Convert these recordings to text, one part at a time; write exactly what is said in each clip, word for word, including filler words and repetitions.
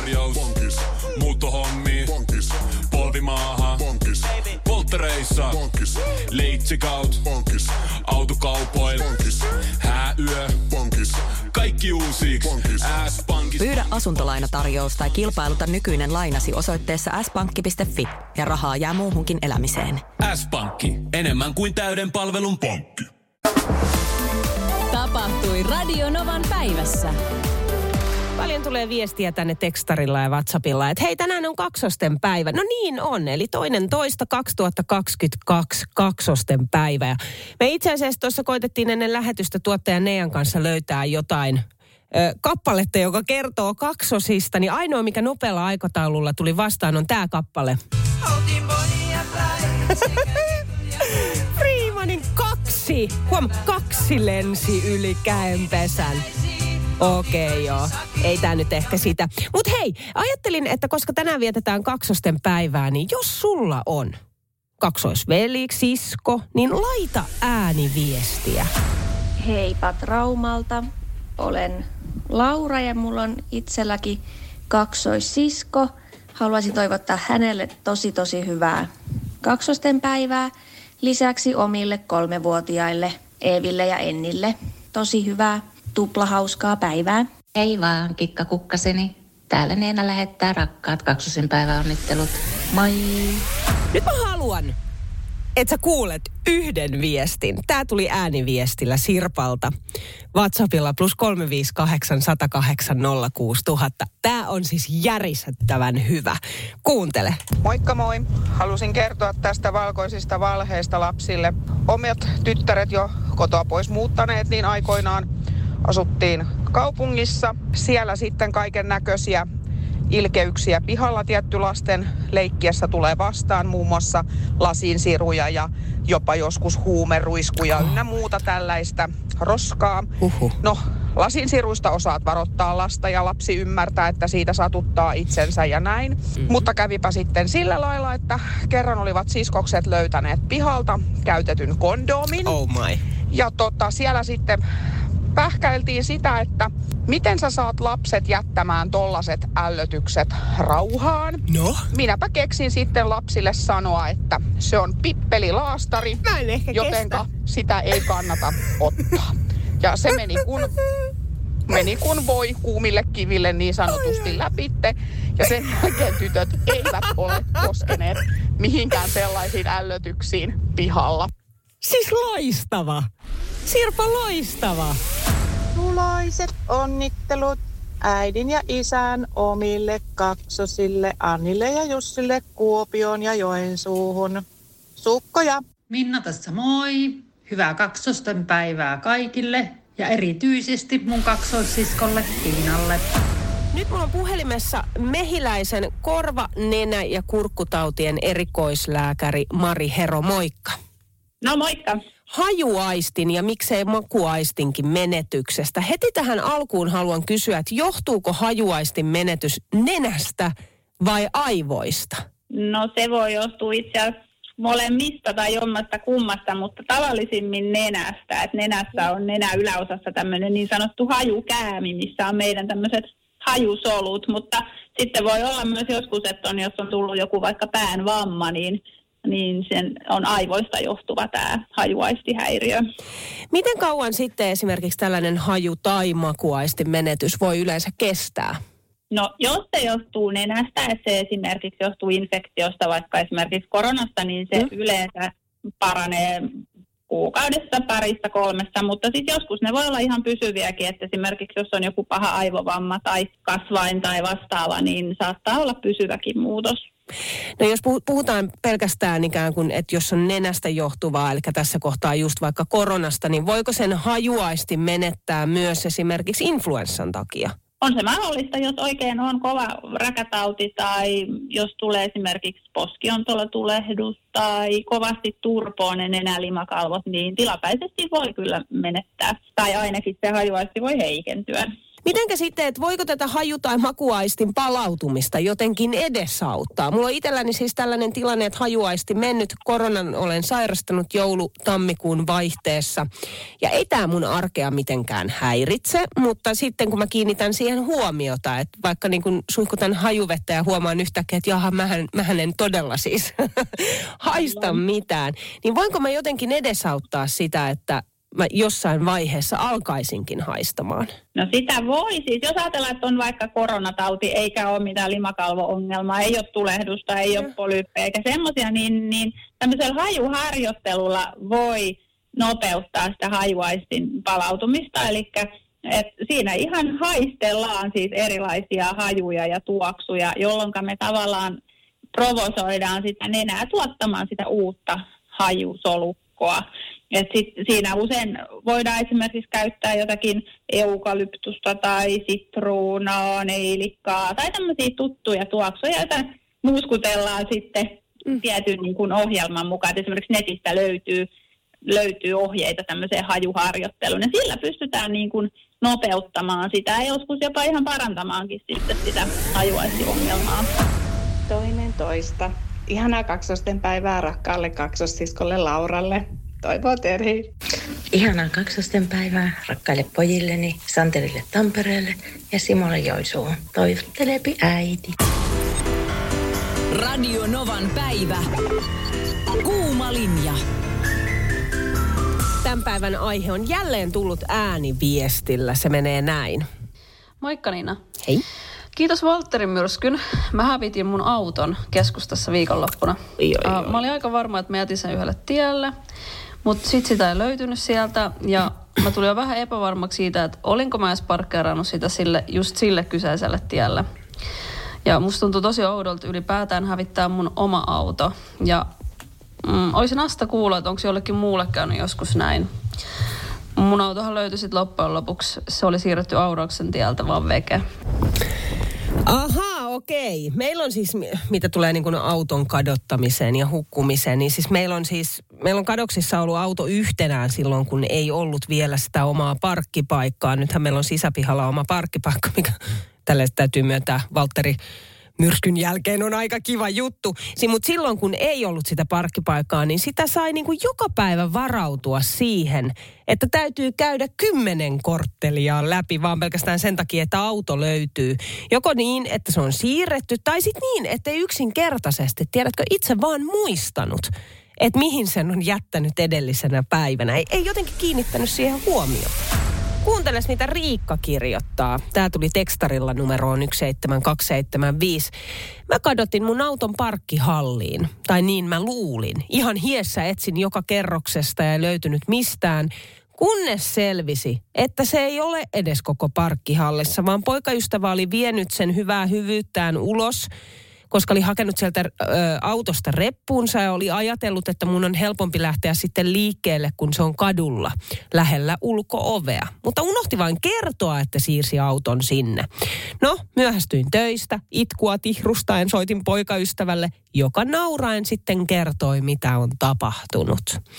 tarjous. Bonkis. Muuttohommi. Bonkis. Polvimaaha. Bonkis. Polttereissa. Bonkis. Leitsikaut. Bonkis. Autokaupoil. Bonkis. Hääyö. Bonkis. Kaikki uusi. S-pankki. Pyydä asuntolainatarjous tai kilpailuta nykyinen lainasi osoitteessa s pankki piste fi ja rahaa jää muuhunkin elämiseen. S-pankki. Enemmän kuin täyden palvelun pankki. Tapahtui Radio Novan päivässä. Paljon tulee viestiä tänne tekstarilla ja WhatsAppilla, että hei, tänään on kaksosten päivä. No niin on, eli toinen toista kaksituhattakaksikymmentäkaksi kaksosten päivä. Ja me itse asiassa tuossa koitettiin ennen lähetystä tuottajan Nean kanssa löytää jotain ö, kappaletta, joka kertoo kaksosista. Niin ainoa, mikä nopealla aikataululla tuli vastaan, on tämä kappale. Freemanin kaksi, huom, kaksi lensi yli käenpesän. Okei, okay, joo. Ei tää nyt ehkä sitä. Mut hei, ajattelin, että koska tänään vietetään kaksosten päivää, niin jos sulla on kaksoisveli, sisko, niin laita ääniviestiä. Heipä Raumalta. Olen Laura ja mulla on itselläkin kaksoissisko. Haluaisin toivottaa hänelle tosi tosi hyvää kaksosten päivää. Lisäksi omille kolmevuotiaille Eeville ja Ennille tosi hyvää tuplahauskaa päivää. Hei vaan, Kikka Kukkaseni. Täällä Neena lähettää rakkaat kaksosen päiväonnittelut. Moi! Nyt mä haluan, että sä kuulet yhden viestin. Tää tuli ääniviestillä Sirpalta. WhatsAppilla plus kolme viisi kahdeksan, yksi nolla kahdeksan, nolla kuusi nolla nolla nolla. Tää on siis järisettävän hyvä. Kuuntele. Moikka moi. Halusin kertoa tästä valkoisista valheista lapsille. Omat tyttäret jo kotoa pois muuttaneet, niin aikoinaan asuttiin kaupungissa. Siellä sitten kaiken näköisiä ilkeyksiä pihalla tietty lasten leikkiessä tulee vastaan. Muun muassa lasinsiruja ja jopa joskus huumeruiskuja ynnä muuta tällaista roskaa. Uhuh. No, lasinsiruista osaat varoittaa lasta ja lapsi ymmärtää, että siitä satuttaa itsensä ja näin. Mm-hmm. Mutta kävipä sitten sillä lailla, että kerran olivat siskokset löytäneet pihalta käytetyn kondoomin. Oh my. Ja tota, siellä sitten pähkäiltiin sitä, että miten sä saat lapset jättämään tollaset ällötykset rauhaan. No? Minäpä keksin sitten lapsille sanoa, että se on pippelilaastari, Mä en ehkä jotenka kestä. sitä ei kannata ottaa. Ja se meni kun, meni kun voi kuumille kiville niin sanotusti läpitte. Ja sen jälkeen tytöt eivät ole koskeneet mihinkään sellaisiin ällötyksiin pihalla. Siis loistava. Sirpa, loistava. Suloiset onnittelut äidin ja isän omille kaksosille Annille ja Jussille Kuopioon ja Joensuuhun. Sukkoja. Minna tässä moi. Hyvää kaksosten päivää kaikille ja erityisesti mun kaksoissiskolle Tiinalle. Nyt mulla on puhelimessa Mehiläisen korva-, nenä- ja kurkkutautien erikoislääkäri Mari Hero. Moikka. No moikka. Hajuaistin ja miksei makuaistinkin menetyksestä. Heti tähän alkuun haluan kysyä, että johtuuko hajuaistin menetys nenästä vai aivoista? No se voi johtua itse asiassa molemmista tai jommasta kummasta, mutta tavallisimmin nenästä. Et nenässä on nenä yläosassa tämmöinen niin sanottu hajukäämi, missä on meidän tämmöiset hajusolut, mutta sitten voi olla myös joskus, että on, jos on tullut joku vaikka pään vamma, niin niin sen on aivoista johtuva tämä hajuaistihäiriö. Miten kauan sitten esimerkiksi tällainen haju- tai makuaistin menetys voi yleensä kestää? No jos se johtuu nenästä, että se esimerkiksi johtuu infektiosta, vaikka esimerkiksi koronasta, niin se mm. yleensä paranee kuukaudessa, parissa, kolmessa, mutta sitten joskus ne voi olla ihan pysyviäkin, että esimerkiksi jos on joku paha aivovamma tai kasvain tai vastaava, niin saattaa olla pysyväkin muutos. No jos puhutaan pelkästään ikään kuin, että jos on nenästä johtuvaa, eli tässä kohtaa just vaikka koronasta, niin voiko sen hajuaistin menettää myös esimerkiksi influenssan takia? On se mahdollista, jos oikein on kova räkätauti tai jos tulee esimerkiksi poskiontola-tulehdus tai kovasti turpoon ne nenälimakalvot, niin tilapäisesti voi kyllä menettää. Tai ainakin se hajuaisti voi heikentyä. Mitenkä sitten, että voiko tätä haju- tai makuaistin palautumista jotenkin edesauttaa? Mulla on itselläni siis tällainen tilanne, että hajuaisti mennyt. Koronan olen sairastanut joulu-tammikuun vaihteessa. Ja ei tämä mun arkea mitenkään häiritse, mutta sitten kun mä kiinnitän siihen huomiota, että vaikka niin kun suihkutan hajuvettä ja huomaan yhtäkkiä, että jaha, mähän, mähän en todella siis haista mitään, niin voinko mä jotenkin edesauttaa sitä, että mä jossain vaiheessa alkaisinkin haistamaan? No sitä voi siis, jos ajatellaan, että on vaikka koronatauti, eikä ole mitään limakalvo-ongelmaa, ei ole tulehdusta, ei ole polyyppejä eikä semmoisia, niin, niin tämmöisellä hajuharjoittelulla voi nopeuttaa sitä hajuaistin palautumista. Eli et siinä ihan haistellaan siis erilaisia hajuja ja tuoksuja, jolloin me tavallaan provosoidaan sitä nenää tuottamaan sitä uutta hajusolukkoa. Et sit siinä usein voidaan esimerkiksi käyttää jotakin eukalyptusta tai sitruunaa, neilikkaa tai tämmöisiä tuttuja tuoksuja, joita muskutellaan sitten mm. tietyn niin kuin ohjelman mukaan. Et esimerkiksi netistä löytyy, löytyy ohjeita tämmöiseen hajuharjoitteluun ja sillä pystytään niin kuin nopeuttamaan sitä ja joskus jopa ihan parantamaankin sitten sitä hajuaistiongelmaa. Toinen toista. Ihanaa kaksosten päivää rakkaalle kaksossiskolle Lauralle. Toivoo Terhi. Ihanaa kaksosten päivää rakkaille pojilleni, Santerille Tampereelle ja Simolle Joensuuhun. Toivotteleepi äiti. Radio Novan päivä. Kuuma linja. Tämän päivän aihe on jälleen tullut ääniviestillä. Se menee näin. Moikka Niina. Hei. Kiitos Valtterin myrskyn. Mä hävitin mun auton keskustassa viikonloppuna. Oi, oi, oi. Mä olin aika varma, että mä jätin sen yhdelle tielle, mutta sit sitä ei löytynyt sieltä. Ja mä tulin jo vähän epävarmaksi siitä, että olinko mä edes parkkeerannut sitä sille, just sille kyseiselle tielle. Ja musta tuntui tosi oudolta ylipäätään hävittää mun oma auto. Ja mm, olisin asta kuulla, että onko jollekin muulle käynyt joskus näin. Mun autohan löytyi sitten loppujen lopuksi. Se oli siirretty Aurauksen tieltä vaan veke. Ahaa, okei. Meillä on siis, mitä tulee niin kuin auton kadottamiseen ja hukkumiseen, niin siis meillä on siis, meillä on kadoksissa ollut auto yhtenään silloin, kun ei ollut vielä sitä omaa parkkipaikkaa. Nythän meillä on sisäpihalla oma parkkipaikka, mikä tälle täytyy myöntää Valtteri myrskyn jälkeen on aika kiva juttu. Si, mutta silloin, kun ei ollut sitä parkkipaikkaa, niin sitä sai niin kuin joka päivä varautua siihen, että täytyy käydä kymmenen kortteliaan läpi, vaan pelkästään sen takia, että auto löytyy. Joko niin, että se on siirretty, tai sitten niin, että ei yksinkertaisesti, tiedätkö, itse vaan muistanut, että mihin sen on jättänyt edellisenä päivänä. Ei, ei jotenkin kiinnittänyt siihen huomioon. Kuunteles, mitä Riikka kirjoittaa. Tää tuli tekstarilla numeroon yksi seitsemän kaksi seitsemän viisi. Mä kadotin mun auton parkkihalliin. Tai niin mä luulin. Ihan hiessä etsin joka kerroksesta ja ei löytynyt mistään. Kunnes selvisi, että se ei ole edes koko parkkihallissa, vaan poikaystävä oli vienyt sen hyvää hyvyyttään ulos, koska oli hakenut sieltä ö, autosta reppuunsa ja oli ajatellut, että mun on helpompi lähteä sitten liikkeelle, kun se on kadulla lähellä ulko-ovea. Mutta unohti vain kertoa, että siirsi auton sinne. No, myöhästyin töistä, itkua tihrustaen soitin poikaystävälle, joka nauraen sitten kertoi, mitä on tapahtunut.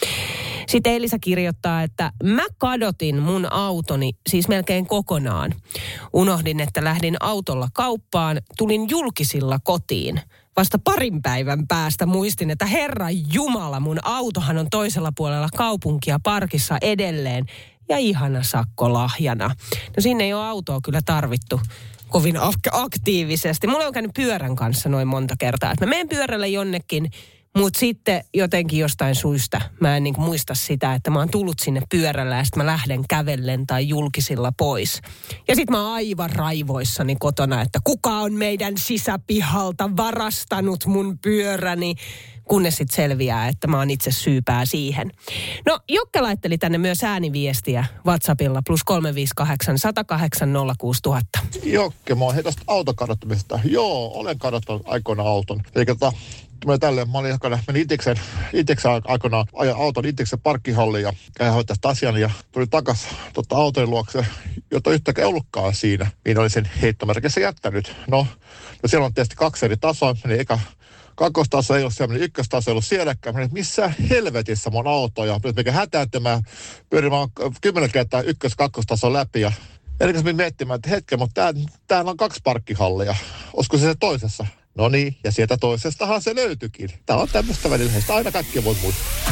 Sitten Elisa kirjoittaa, että mä kadotin mun autoni siis melkein kokonaan. Unohdin, että lähdin autolla kauppaan, tulin julkisilla kotiin. Vasta parin päivän päästä muistin, että Herran Jumala, mun autohan on toisella puolella kaupunkia parkissa edelleen. Ja ihana sakko lahjana. No sinne ei ole autoa kyllä tarvittu kovin aktiivisesti. Mulla on käynyt pyörän kanssa noin monta kertaa. Että mä menen pyörällä jonnekin, mutta sitten jotenkin jostain syystä mä en niin kuin muista sitä, että mä oon tullut sinne pyörällä ja sitten mä lähden kävellen tai julkisilla pois. Ja sitten mä oon aivan raivoissani kotona, että kuka on meidän sisäpihalta varastanut mun pyöräni, kunnes sitten selviää, että mä oon itse syypää siihen. No, Jokke laitteli tänne myös ääniviestiä WhatsAppilla plus kolme viisi kahdeksan, yksi nolla kahdeksan, nolla kuusi nolla nolla nolla. Jokke, mä oon hei tästä auton kadottamisesta. Joo, olen kadottanut aikoinaan auton. Eli tota, tulee tälleen, mä olin aikana, menin itiksen, itiksen aikoinaan, ajan auton itiksen parkkihalliin ja käyn hoitaa sitä asian ja tuli takas tota, auton luokse, jota yhtäkään ei ollutkaan siinä, niin olin sen heittomerkissä jättänyt. No, no siellä on tietysti kaksi eri tasoa, meni eka kakkostaso ei ollut siellä, meni ykköstaso ei ollut sielläkään. Meni, missä helvetissä mun auto ja nyt mikä hätääntämään, pyörin vaan kymmenen kertaa ykkös kakkostason läpi ja Erikoisemmin miettimään, että hetken, mutta tää, täällä on kaksi parkkihallia. Olisiko se se toisessa? No niin, ja sieltä toisestahan se löytyikin. Tää on tämmöistä välillä, aina kaikki voi muistaa.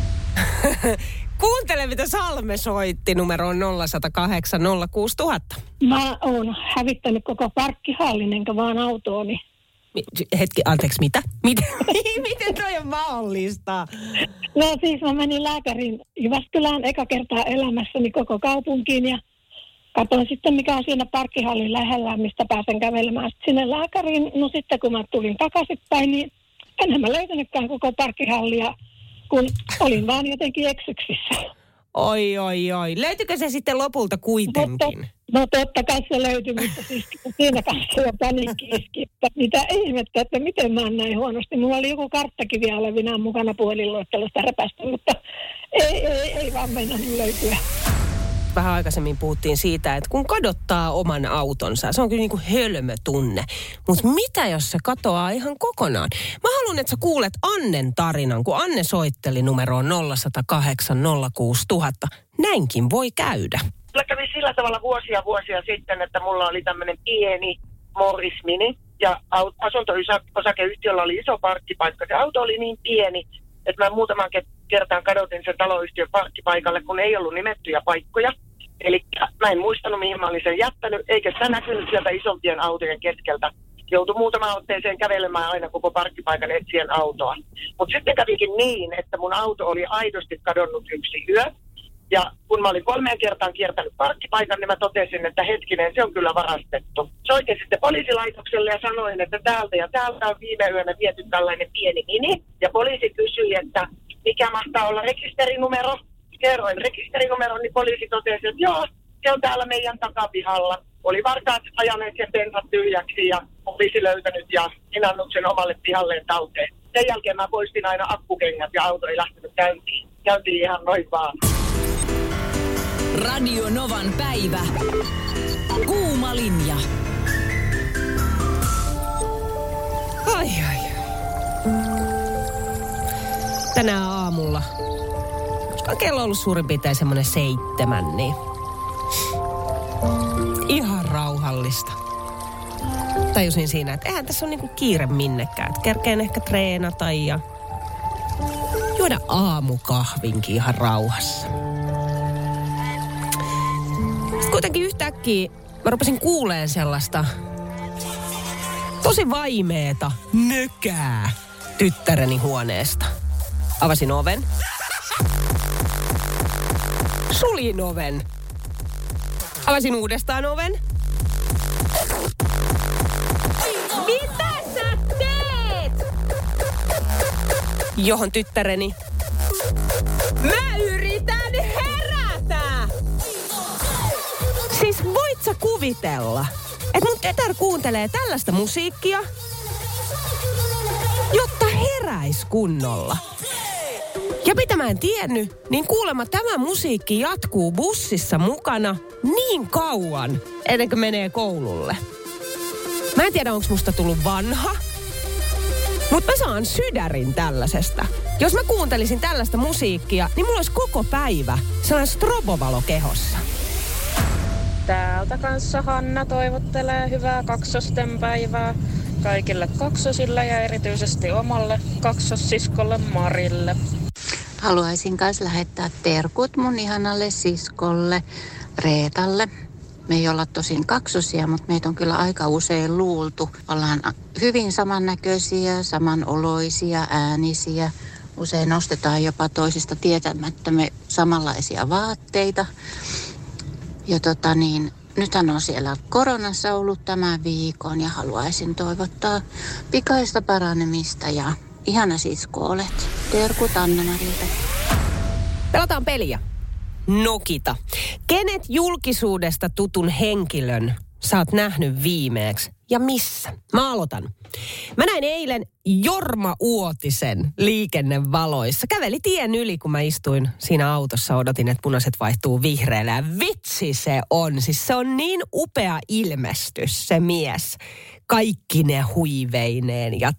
Kuuntele, mitä Salme soitti numeroon nolla yksi nolla kahdeksan nolla kuusi nolla nolla nolla. Mä oon hävittänyt koko parkkihallin, enkä vaan autooni. Hetki, anteeksi, mitä? Miten, miten toi on mahdollista? No siis mä menin lääkäriin Jyväskylään eka kertaa elämässäni koko kaupunkiin ja katsoin sitten, mikä on siinä parkkihallin lähellä, mistä pääsen kävelemään sitten sinne lääkäriin. No sitten kun mä tulin takaisinpäin, niin enhän mä löytänytkään koko parkkihallia, kun olin vaan jotenkin eksyksissä. Oi, oi, oi. Löytyykö se sitten lopulta kuitenkin? No, no totta kai se löytyi, mutta siis siinä kanssa jo paniikki iski, että mitä ihmettä, että miten mä oon näin huonosti. Mulla oli joku karttakin vielä olevinaan mukana puhelinluettelosta räpästä, mutta ei, ei, ei vaan meinannut löytyä. Vähän aikaisemmin puhuttiin siitä, että kun kadottaa oman autonsa, se on kyllä niin kuin hölmö tunne. Mutta mitä jos se katoaa ihan kokonaan? Mä haluan, että sä kuulet Annen tarinan, kun Anne soitteli numeroon nolla yksi nolla kahdeksan nolla kuusi nolla nolla nolla. Näinkin voi käydä. Mulla kävi sillä tavalla vuosia vuosia sitten, että mulla oli tämmöinen pieni Morris Mini ja asunto-osakeyhtiöllä oli iso parkkipaikka. Se auto oli niin pieni, että mä muutaman kertaan kadotin sen taloyhtiön parkkipaikalle, kun ei ollut nimettyjä paikkoja. Eli mä en muistanut, mihin mä olin sen jättänyt, eikä sitä näkynyt sieltä isompien autojen keskeltä. Joutui muutamaan otteeseen kävelemään aina koko parkkipaikan etsien autoa. Mutta sitten kävikin niin, että mun auto oli aidosti kadonnut yksi yö. Ja kun mä olin kolmeen kertaan kiertänyt parkkipaikan, niin mä totesin, että hetkinen, se on kyllä varastettu. Soitin sitten poliisilaitokselle ja sanoin, että täältä ja täältä on viime yönä viety tällainen pieni mini. Ja poliisi kysyi, että mikä mahtaa olla rekisterinumero. Kerroin rekisterinumeron, niin poliisi totesi, että joo, se on täällä meidän takapihalla. Oli varkaat ajaneet sen bensat tyhjäksi ja poliisi löytänyt ja hinannut sen omalle pihalleen talteen. Sen jälkeen mä poistin aina akkukengät ja auto ei lähtenyt käyntiin. Käyntiin ihan noin vaan. Radio Novan päivä. Kuuma linja. Ai ai. Tänään aamulla. Koska kello on ollut suurin piirtein semmoinen seitsemän, niin ihan rauhallista. Tajusin siinä, että eihän tässä ole niinku kiire minnekään. Että kerkeen ehkä treenata ja juoda aamukahvinkin ihan rauhassa. Sitten kuitenkin yhtäkkiä mä rupesin kuuleen sellaista tosi vaimeeta nökää tyttäreni huoneesta. Avasin oven. Suljin oven. Avasin uudestaan oven. Mitä sä teet? Johon tyttäreni. Mä yritän herätä! Siis voit sä kuvitella, että mun tytär kuuntelee tällaista musiikkia, jotta heräis kunnolla. Ja mitä mä en tiennyt, niin kuulemma tämä musiikki jatkuu bussissa mukana niin kauan, ennen kuin menee koululle. Mä en tiedä, onko musta tullut vanha, mutta mä saan sydärin tällaisesta. Jos mä kuuntelisin tällaista musiikkia, niin mulla olisi koko päivä sellainen strobovalo kehossa. Täältä kanssa Hanna toivottelee hyvää kaksosten päivää kaikille kaksosille ja erityisesti omalle kaksossiskolle Marille. Haluaisin myös lähettää terkut mun ihanalle siskolle Reetalle. Me ei olla tosin kaksosia, mutta meitä on kyllä aika usein luultu. Ollaan hyvin samannäköisiä, samanoloisia, äänisiä. Usein nostetaan jopa toisista tietämättömme samanlaisia vaatteita. Ja tota niin, nythän on siellä koronassa ollut tämän viikon ja haluaisin toivottaa pikaista paranemista ja ihana sisko olet. Terkut Anna-Marilta. Pelataan peliä. Nokita. Kenet julkisuudesta tutun henkilön sä oot nähnyt viimeeksi ja missä? Mä aloitan. Mä näin eilen Jorma Uotisen liikennevaloissa. Käveli tien yli, kun mä istuin siinä autossa. Odotin, että punaiset vaihtuu vihreälle. Ja vitsi se on. Siis se on niin upea ilmestys, se mies. Kaikki ne huiveineen ja takkineen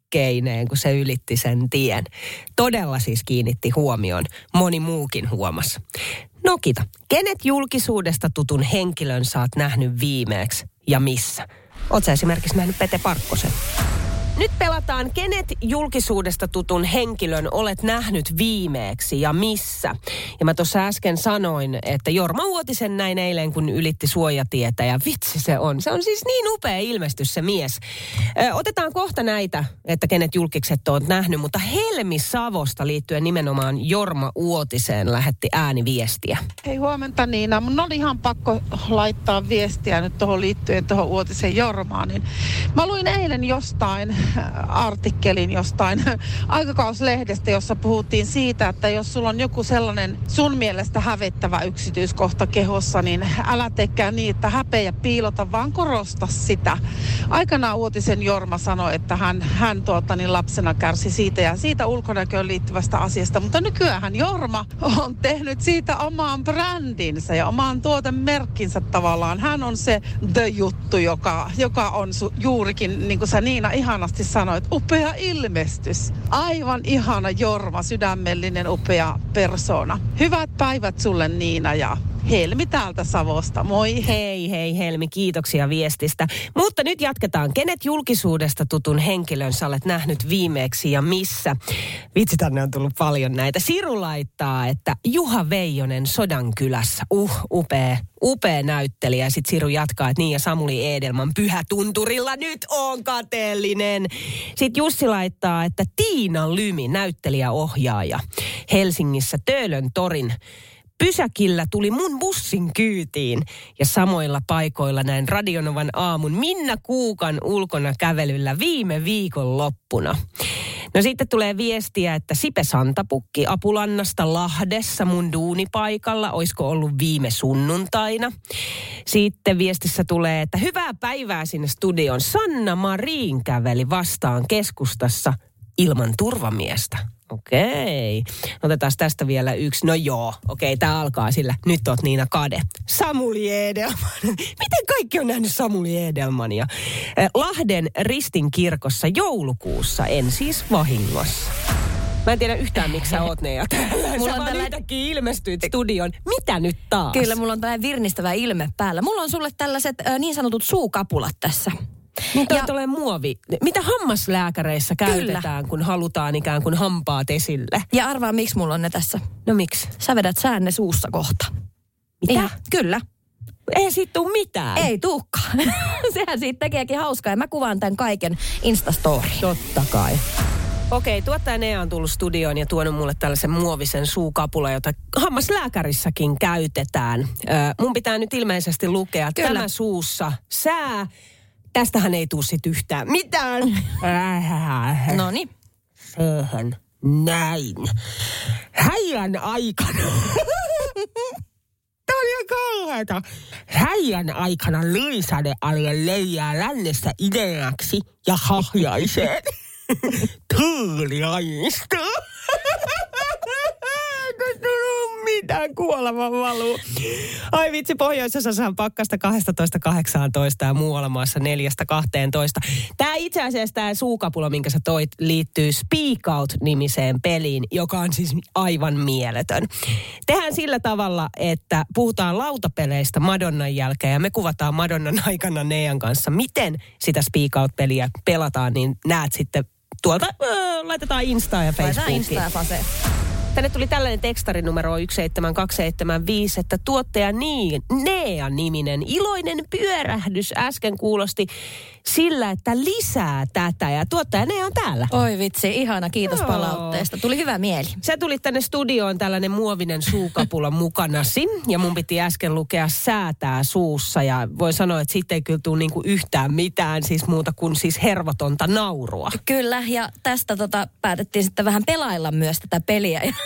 parkkeineen, kun se ylitti sen tien. Todella siis kiinnitti huomioon. Moni muukin huomasi. Nokita, kenet julkisuudesta tutun henkilön sä oot nähnyt viimeeksi ja missä? Oot sä esimerkiksi nähnyt Pete Parkkosen? Nyt pelataan, kenet julkisuudesta tutun henkilön olet nähnyt viimeeksi ja missä. Ja mä tuossa äsken sanoin, että Jorma Uotisen näin eilen, kun ylitti suojatietä. Ja vitsi se on. Se on siis niin upea ilmestys se mies. Ö, otetaan kohta näitä, että kenet julkikset oot nähnyt. Mutta Helmi Savosta liittyen nimenomaan Jorma Uotiseen lähetti ääniviestiä. Hei, huomenta Niina. Mun oli ihan pakko laittaa viestiä nyt tuohon liittyen tuohon Uotisen Jormaan. Niin mä luin eilen jostain artikkelin jostain aikakauslehdestä, jossa puhuttiin siitä, että jos sulla on joku sellainen sun mielestä hävettävä yksityiskohta kehossa, niin älä teekään niin, että häpeä ja piilota, vaan korosta sitä. Aikanaan Uotisen Jorma sanoi, että hän, hän tuota, niin lapsena kärsi siitä ja siitä ulkonäköön liittyvästä asiasta, mutta nykyään Jorma on tehnyt siitä omaan brändinsä ja omaan tuotemerkkinsä tavallaan. Hän on se the juttu, joka, joka on su, juurikin, niin kuin sä Niina ihanasti sanoit, upea ilmestys. Aivan ihana Jorma, sydämellinen, upea persona. Hyvät päivät sulle Niina ja Helmi täältä Savosta, moi. Hei, hei Helmi, kiitoksia viestistä. Mutta nyt jatketaan. Kenet julkisuudesta tutun henkilön sä olet nähnyt viimeksi ja missä? Vitsi, tänne on tullut paljon näitä. Siru laittaa, että Juha Veijonen Sodankylässä. Uh, upea, upea näyttelijä. Sitten Siru jatkaa, että niin ja Samuli Edelman Pyhätunturilla. Nyt on kateellinen. Sitten Jussi laittaa, että Tiina Lymi, näyttelijäohjaaja. Helsingissä Töölön torin pysäkillä tuli mun bussin kyytiin ja samoilla paikoilla näin Radionovan aamun Minna Kuukan ulkona kävelyllä viime viikon loppuna. No sitten tulee viestiä, että Sipe Santapukki Apulannasta Lahdessa mun duunipaikalla, oisko ollut viime sunnuntaina. Sitten viestissä tulee, että hyvää päivää sinne studioon. Sanna Marin käveli vastaan keskustassa ilman turvamiestä. Okei. Otetaan tästä vielä yksi. No joo, okei, tää alkaa sillä. Nyt oot Niina Kade. Samuli Edelman. Miten kaikki on nähnyt Samuli Edelmania? Lahden Ristin kirkossa joulukuussa, en siis vahingossa. Mä en tiedä yhtään, miksi sä oot ne ja täällä. Mulla sä vaan tällä... yhtäkkiä ilmestyit studion. Mitä nyt taas? Kyllä, mulla on tällainen virnistävä ilme päällä. Mulla on sulle tällaiset äh, niin sanotut suukapulat tässä. Niin toi tulee muovi. Mitä hammaslääkäreissä käytetään, Kyllä. kun halutaan ikään kuin hampaat esille? Ja arvaa, miksi mulla on ne tässä. No miksi? Sä vedät säänne suussa kohta. Mitä? Ihan, kyllä. Ei siitä tuu mitään. Ei tuukaan. Sehän siitä tekeekin hauskaa ja mä kuvaan tämän kaiken Instastoriin. Totta kai. Okei, tuottaja Nea on tullut studioon ja tuonut mulle tällaisen muovisen suukapula, jota hammaslääkärissäkin käytetään. Ö, mun pitää nyt ilmeisesti lukea, Kyllä. tämä suussa, sää... Tästähän ei tule sit yhtään mitään. Noniin. Sehän näin. Häijän aikana. Tämä on ihan kauheata. Häijän aikana Lyysade-alue leijää lännestä ideaksi ja hahjaiseen. Tuuliaista. Mitään kuoleman valuu. Ai vitsi, pohjoisosassa on pakkasta kaksitoista kahdeksantoista ja muualla maassa neljästä kahteentoista. Tämä itse asiassa tämä suukapula, minkä sä toit, liittyy Speak Out-nimiseen peliin, joka on siis aivan mieletön. Tehdään sillä tavalla, että puhutaan lautapeleistä Madonnan jälkeen ja me kuvataan Madonnan aikana Nean kanssa, miten sitä Speak Out-peliä pelataan, niin näet sitten tuolta, öö, laitetaan Instaan ja Facebookiin. Laitetaan Instaa ja Faseen. Tänne tuli tällainen tekstarinumero yksi seitsemän kaksi seitsemän viisi, että tuottaja niin, Nea-niminen iloinen pyörähdys äsken kuulosti sillä, että lisää tätä. Ja tuottaja Nea on täällä. Oi vitsi, ihana, kiitos Joo. palautteesta. Tuli hyvä mieli. Sä tulit tänne studioon tällainen muovinen suukapula mukanasi. Ja mun piti äsken lukea säätää suussa. Ja voin sanoa, että siitä ei kyllä tule niinku yhtään mitään siis muuta kuin siis hervotonta naurua. Kyllä, ja tästä tota, päätettiin sitten vähän pelailla myös tätä peliä.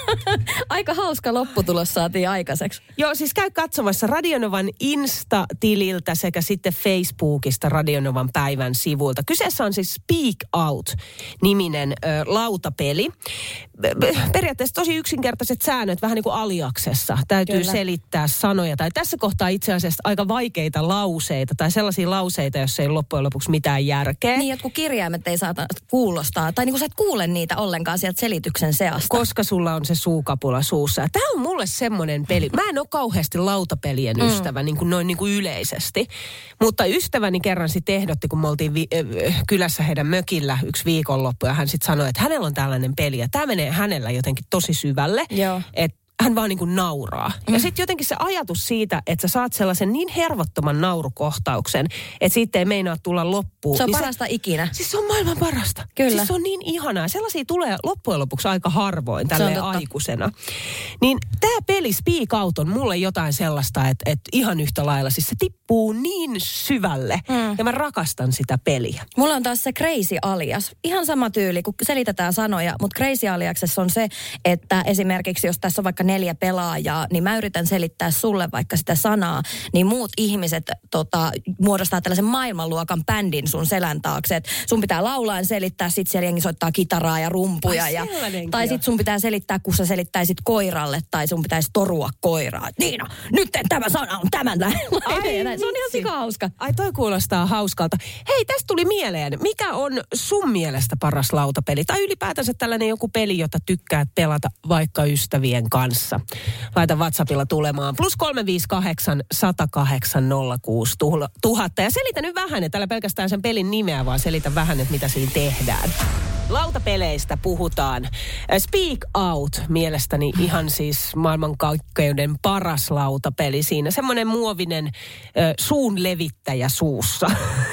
Aika hauska lopputulos saatiin aikaiseksi. Joo, siis käy katsomassa Radionovan Insta-tililtä sekä sitten Facebookista Radionovan päivän sivuilta. Kyseessä on siis Speak Out-niminen ö, lautapeli. Periaatteessa tosi yksinkertaiset säännöt, vähän niin kuin Aliaksessa. Täytyy Kyllä. selittää sanoja. Tai tässä kohtaa itse asiassa aika vaikeita lauseita tai sellaisia lauseita, joissa ei loppujen lopuksi mitään järkeä. Niin, jotkut kirjaimet ei saata kuulostaa. Tai niin kuin sä et kuule niitä ollenkaan sieltä selityksen seasta. Koska sulla on se suukapula suussa. Ja tämä on mulle semmoinen peli. Mä en ole kauheasti lautapelien mm. ystävä, niin kuin noin niin kuin yleisesti. Mutta ystäväni kerran sitten ehdotti, kun me oltiin vi- äh, kylässä heidän mökillä yksi viikonloppu. Ja hän sitten sanoi, että hänellä on tällainen peli. Ja tämä menee hänellä jotenkin tosi syvälle. Joo. Että hän vaan niin kuin nauraa. Mm. Ja sitten jotenkin se ajatus siitä, että sä saat sellaisen niin hervottoman naurukohtauksen, että siitä ei meinaa tulla loppuun. Se on niin parasta se, ikinä. Siis se on maailman parasta. Kyllä. Siis se on niin ihanaa. Sellaisia tulee loppujen lopuksi aika harvoin tälleen aikuisena. Niin tämä peli Speak Out on mulle jotain sellaista, että, että ihan yhtä lailla. Siis se tippuu niin syvälle. Mm. Ja mä rakastan sitä peliä. Mulla on taas se Crazy Alias. Ihan sama tyyli, kun selitetään sanoja. Mutta Crazy Aliaksessa on se, että esimerkiksi jos tässä on vaikka neljä pelaajaa, niin mä yritän selittää sulle vaikka sitä sanaa, niin muut ihmiset tota, muodostaa tällaisen maailmanluokan bändin sun selän taakse. Et sun pitää laulaa ja selittää, sit siellä jengi soittaa kitaraa ja rumpuja. Ja, tai sit sun pitää selittää, kun sä selittäisit koiralle, tai sun pitäisi torua koiraa. Niina, nyt tämä sana on tämän näin. Se on ihan sika hauska. Ai toi kuulostaa hauskalta. Hei, tästä tuli mieleen. Mikä on sun mielestä paras lautapeli? Tai ylipäätänsä tällainen joku peli, jota tykkäät pelata vaikka ystävien kanssa. Laita WhatsAppilla tulemaan. Plus kolme viisi kahdeksan, sata kahdeksan, nolla kuusi tuhatta. Ja selitä nyt vähän, että älä pelkästään sen pelin nimeä, vaan selitä vähän, että mitä siinä tehdään. Lautapeleistä puhutaan. Speak Out mielestäni ihan siis maailmankaikkeuden paras lautapeli. Siinä semmoinen muovinen ö, suun levittäjä suussa.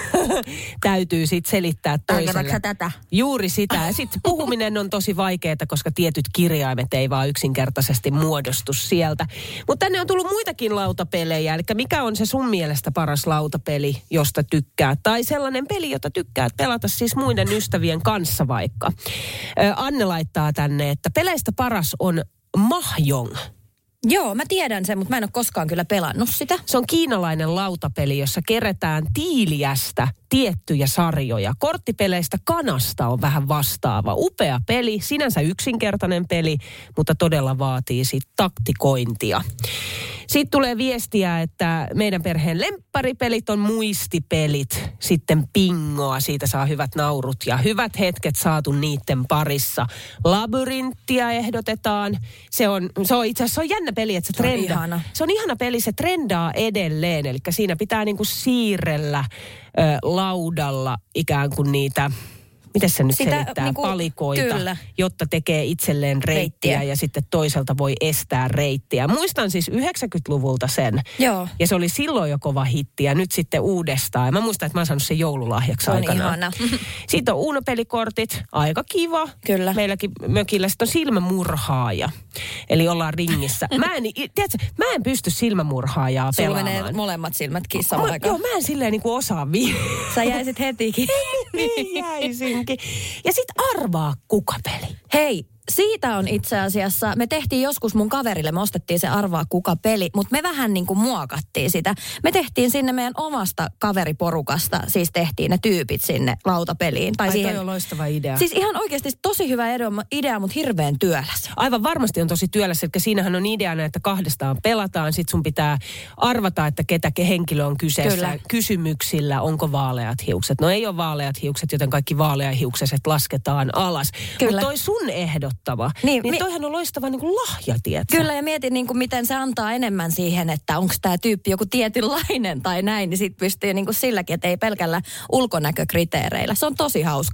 Täytyy sitten selittää toiselle. Tätä? Juuri sitä. Ja sitten puhuminen on tosi vaikeaa, koska tietyt kirjaimet ei vaan yksinkertaisesti muodostu sieltä. Mutta tänne on tullut muitakin lautapelejä. Eli mikä on se sun mielestä paras lautapeli, josta tykkää? Tai sellainen peli, jota tykkäät pelata siis muiden ystävien kanssa vaikka. Anne laittaa tänne, että peleistä paras on Mahjong. Joo, mä tiedän sen, mutta mä en ole koskaan kyllä pelannut sitä. Se on kiinalainen lautapeli, jossa kerätään tiiliästä tiettyjä sarjoja. Korttipeleistä Kanasta on vähän vastaava. Upea peli, sinänsä yksinkertainen peli, mutta todella vaatii sit taktikointia. Sitten tulee viestiä, että meidän perheen lempparipelit on muistipelit, sitten pingoa, siitä saa hyvät naurut ja hyvät hetket saatu niiden parissa. Labyrinttiä ehdotetaan. Se on, se on itse asiassa se on jännä peli, että se trendaa. Se on ihana. Se on ihana peli, se trendaa edelleen, eli siinä pitää niinku siirrellä ö, laudalla ikään kuin niitä... Miten se nyt sitä, selittää? Niinku, palikoita, kyllä. Jotta tekee itselleen reittiä, reittiä ja sitten toiselta voi estää reittiä. Muistan siis yhdeksänkymmentäluvulta sen. Joo. Ja se oli silloin jo kova hitti ja nyt sitten uudestaan. Ja mä muistan, että mä oon saanut sen joululahjaksi se on aikanaan. Ihana. Sitten on Uno-pelikortit, aika kiva. Kyllä. Meilläkin mökillä sitten on silmämurhaaja. Eli ollaan ringissä. Mä en, tiedätkö, mä en pysty silmämurhaajaa sulla pelaamaan. Sulla menee molemmat silmät samaan aikaan. Joo, mä en silleen niin kuin osaa vielä. Sä jäisit hetikin. Niin jäisin. Ja sit arvaa kuka peli. Hei, siitä on itse asiassa, me tehtiin joskus mun kaverille, me ostettiin se arvaa kuka peli, mutta me vähän niin kuin muokattiin sitä. Me tehtiin sinne meidän omasta kaveriporukasta, siis tehtiin ne tyypit sinne lautapeliin. Tai Ai siihen, toi on loistava idea. Siis ihan oikeasti tosi hyvä idea, mutta hirveän työläs. Aivan varmasti on tosi työläs, eli siinähän on ideana, että kahdestaan pelataan, sit sun pitää arvata, että ketä henkilö on kyseessä. Kyllä. Kysymyksillä, onko vaaleat hiukset. No ei ole vaaleat hiukset, joten kaikki vaaleahiukseset lasketaan alas. Mutta toi sun ehdot Niin, niin toihan on loistava niin kuin lahja, tietsä? Kyllä, ja mietin niin kuin miten se antaa enemmän siihen, että onko tämä tyyppi joku tietynlainen tai näin, niin sit pystyy niin kuin silläkin, että ei pelkällä ulkonäkökriteereillä. Se on tosi hauska.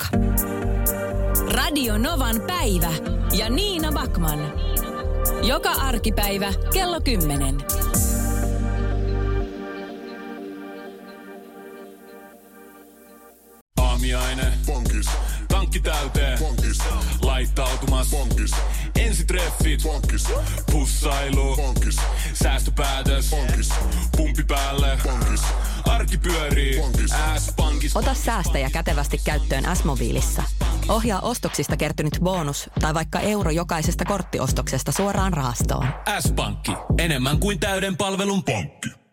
Radio Novan päivä ja Niina Backman. Joka arkipäivä kello kymmenen. Aamiainen. Bonkis. Tankki täyteen. Bonkis. Laittautumas. Bonkis. Ensitreffit. Bonkis. Pussailu. Bonkis. Säästöpäätös. Bonkis. Pumpi päälle. Bonkis. Arki pyörii. S-pankki. Ota säästäjä kätevästi käyttöön S-mobiilissa. Ohjaa ostoksista kertynyt bonus tai vaikka euro jokaisesta korttiostoksesta suoraan rahastoon. S-pankki. Enemmän kuin täyden palvelun pankki.